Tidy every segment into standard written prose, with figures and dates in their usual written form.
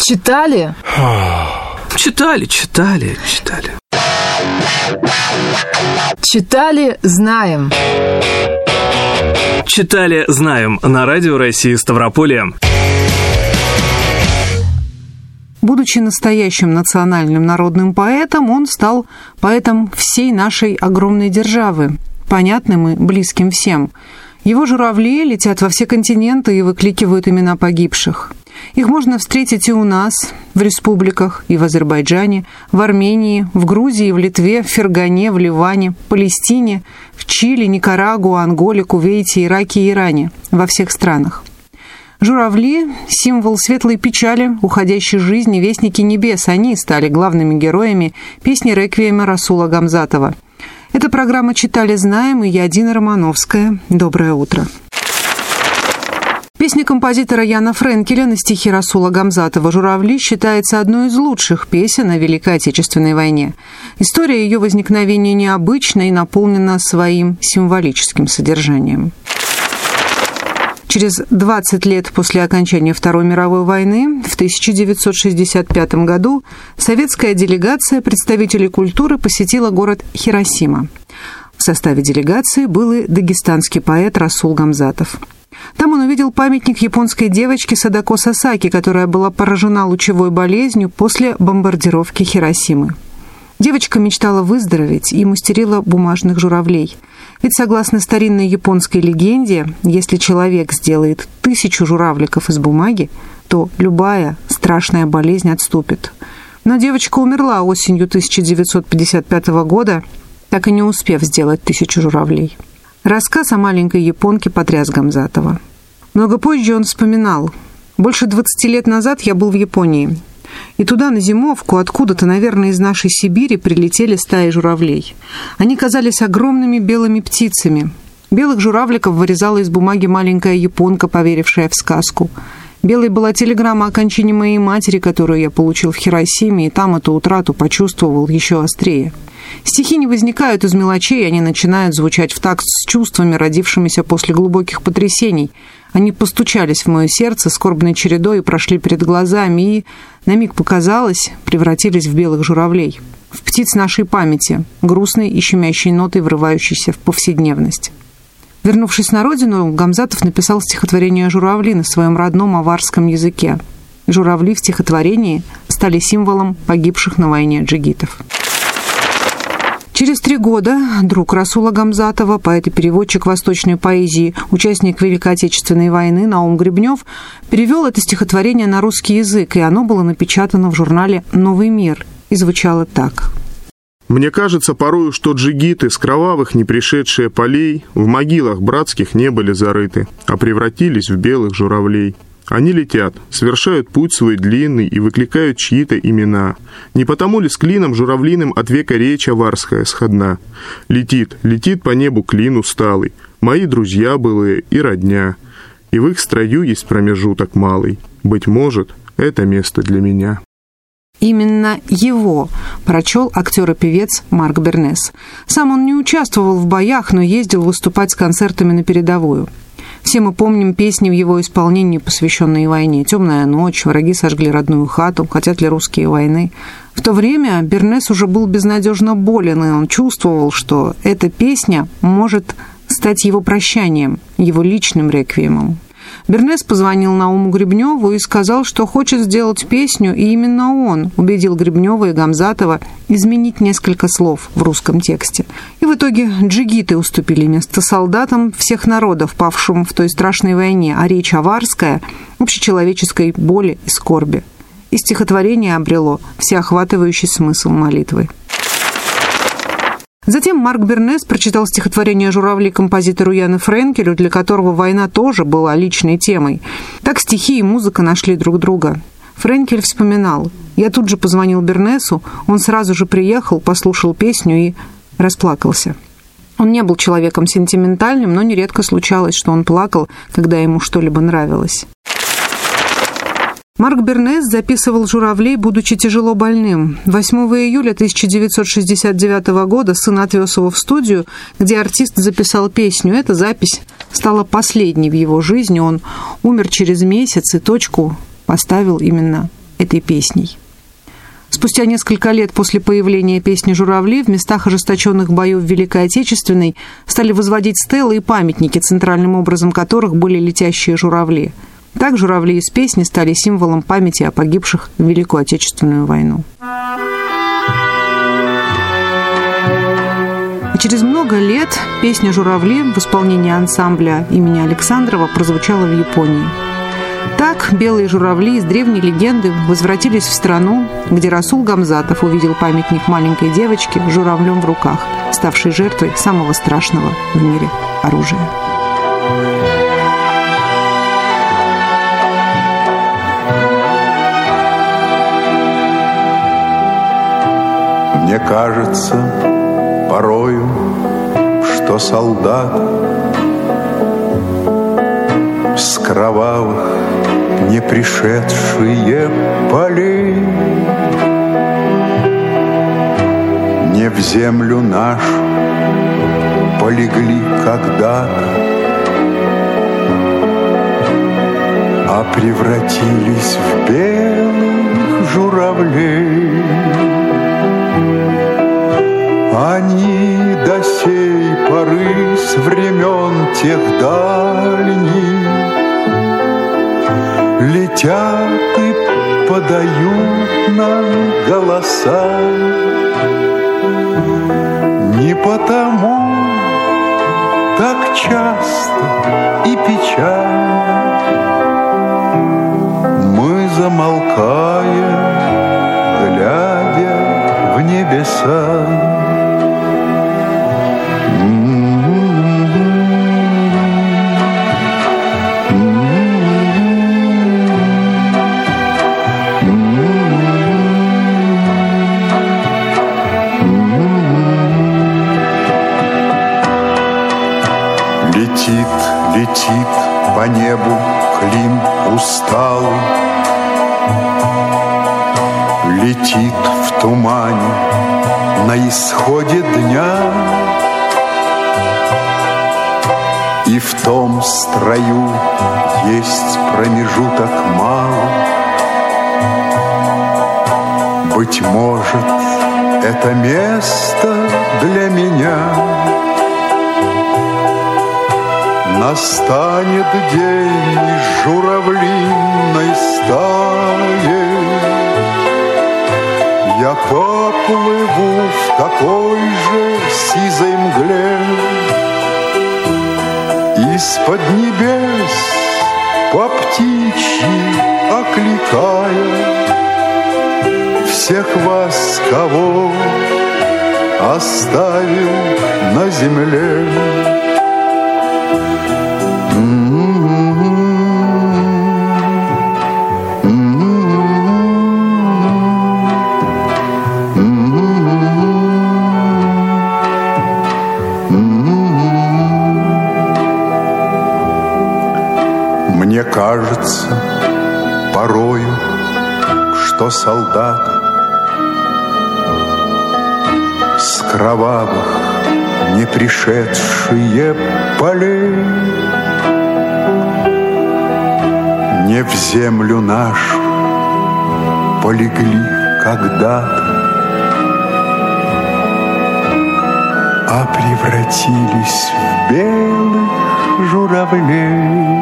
Читали? Читали. Читали, знаем. Читали, знаем. На Радио России Ставрополье. Будучи настоящим национальным народным поэтом, он стал поэтом всей нашей огромной державы, понятным и близким всем. Его журавли летят во все континенты и выкликивают имена погибших. Их можно встретить и у нас, в республиках, и в Азербайджане, в Армении, в Грузии, в Литве, в Фергане, в Ливане, Палестине, в Чили, Никарагуа, Анголе, Кувейте, Ираке и Иране, во всех странах. Журавли – символ светлой печали, уходящей жизни, вестники небес. Они стали главными героями песни реквиема Расула Гамзатова. Это программа «Читали, знаем» и я, Дина Романовская. Доброе утро. Песня композитора Яна Френкеля на стихи Расула Гамзатова «Журавли» считается одной из лучших песен о Великой Отечественной войне. История ее возникновения необычна и наполнена своим символическим содержанием. Через 20 лет после окончания Второй мировой войны, в 1965 году, советская делегация представителей культуры посетила город Хиросима. В составе делегации был и дагестанский поэт Расул Гамзатов. Там он увидел памятник японской девочке Садако Сасаки, которая была поражена лучевой болезнью после бомбардировки Хиросимы. Девочка мечтала выздороветь и мастерила бумажных журавлей. Ведь, согласно старинной японской легенде, если человек сделает 1000 журавликов из бумаги, то любая страшная болезнь отступит. Но девочка умерла осенью 1955 года, так и не успев сделать 1000 журавлей. Рассказ о маленькой японке потряс Гамзатова. Много позже он вспоминал: «Больше 20 лет назад я был в Японии. И туда на зимовку, откуда-то, наверное, из нашей Сибири, прилетели стаи журавлей. Они казались огромными белыми птицами. Белых журавликов вырезала из бумаги маленькая японка, поверившая в сказку. Белой была телеграмма о кончине моей матери, которую я получил в Хиросиме, и там эту утрату почувствовал еще острее. Стихи не возникают из мелочей, они начинают звучать в такт с чувствами, родившимися после глубоких потрясений. Они постучались в мое сердце скорбной чередой и прошли перед глазами, и, на миг показалось, превратились в белых журавлей, в птиц нашей памяти, грустной и щемящей нотой, врывающейся в повседневность». Вернувшись на родину, Гамзатов написал стихотворение «Журавли» на своем родном аварском языке. Журавли в стихотворении стали символом погибших на войне джигитов. Через 3 года друг Расула Гамзатова, поэт и переводчик восточной поэзии, участник Великой Отечественной войны Наум Гребнев, перевел это стихотворение на русский язык, и оно было напечатано в журнале «Новый мир» и звучало так. «Мне кажется порою, что джигиты с кровавых не пришедшие полей в могилах братских не были зарыты, а превратились в белых журавлей. Они летят, совершают путь свой длинный и выкликают чьи-то имена. Не потому ли с клином журавлиным от века речь аварская сходна? Летит по небу клин усталый, мои друзья былые и родня. И в их строю есть промежуток малый. Быть может, это место для меня». Именно его прочел актер и певец Марк Бернес. Сам он не участвовал в боях, но ездил выступать с концертами на передовую. Все мы помним песни в его исполнении, посвященные войне. «Темная ночь», «Враги сожгли родную хату», «Хотят ли русские войны». В то время Бернес уже был безнадежно болен, и он чувствовал, что эта песня может стать его прощанием, его личным реквиемом. Бернес позвонил Науму Гребневу и сказал, что хочет сделать песню, и именно он убедил Гребнева и Гамзатова изменить несколько слов в русском тексте. И в итоге джигиты уступили место солдатам всех народов, павшим в той страшной войне, а речь аварская – общечеловеческой боли и скорби. И стихотворение обрело всеохватывающий смысл молитвы. Затем Марк Бернес прочитал стихотворение «Журавли» композитору Яну Френкелю, для которого война тоже была личной темой. Так стихи и музыка нашли друг друга. Френкель вспоминал: «Я тут же позвонил Бернесу, он сразу же приехал, послушал песню и расплакался». Он не был человеком сентиментальным, но нередко случалось, что он плакал, когда ему что-либо нравилось. Марк Бернес записывал «Журавлей», будучи тяжело больным. 8 июля 1969 года сын отвез его в студию, где артист записал песню. Эта запись стала последней в его жизни. Он умер через месяц, и точку поставил именно этой песней. Спустя несколько лет после появления песни «Журавли» в местах ожесточенных боев Великой Отечественной стали возводить стелы и памятники, центральным образом которых были летящие журавли. Так журавли из песни стали символом памяти о погибших в Великую Отечественную войну. И через много лет песня «Журавли» в исполнении ансамбля имени Александрова прозвучала в Японии. Так белые журавли из древней легенды возвратились в страну, где Расул Гамзатов увидел памятник маленькой девочки с журавлем в руках, ставшей жертвой самого страшного в мире оружия. Мне кажется порою, что солдат с кровавых не пришедшие полей не в землю нашу полегли когда-то, а превратились в белых журавлей. Они до сей поры с времен тех дальних летят и подают нам голоса. Не потому так часто и печально мы замолкаем, глядя в небеса. Летит по небу Клим усталый, летит в тумане на исходе дня, и в том строю есть промежуток малый. Быть может, это место для меня. Настанет день из журавлиной стаи, я поплыву в такой же сизой мгле. Из-под небес по птичьи окликая всех вас, кого оставил на земле. Мне кажется порою, что солдаты с кровавых не пришедшие полей не в землю нашу полегли когда-то, а превратились в белых журавлей.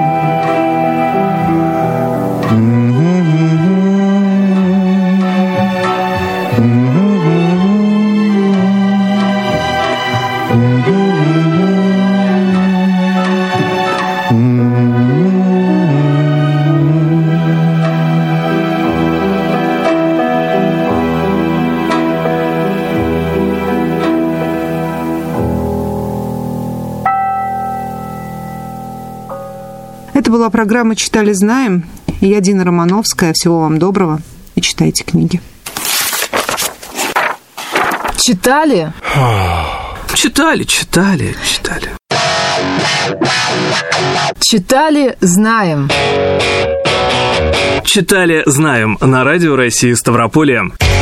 Это была программа «Читали, знаем». И я, Дина Романовская. Всего вам доброго и читайте книги. Читали? Читали. Читали, знаем. Читали, знаем на Радио России Ставрополье.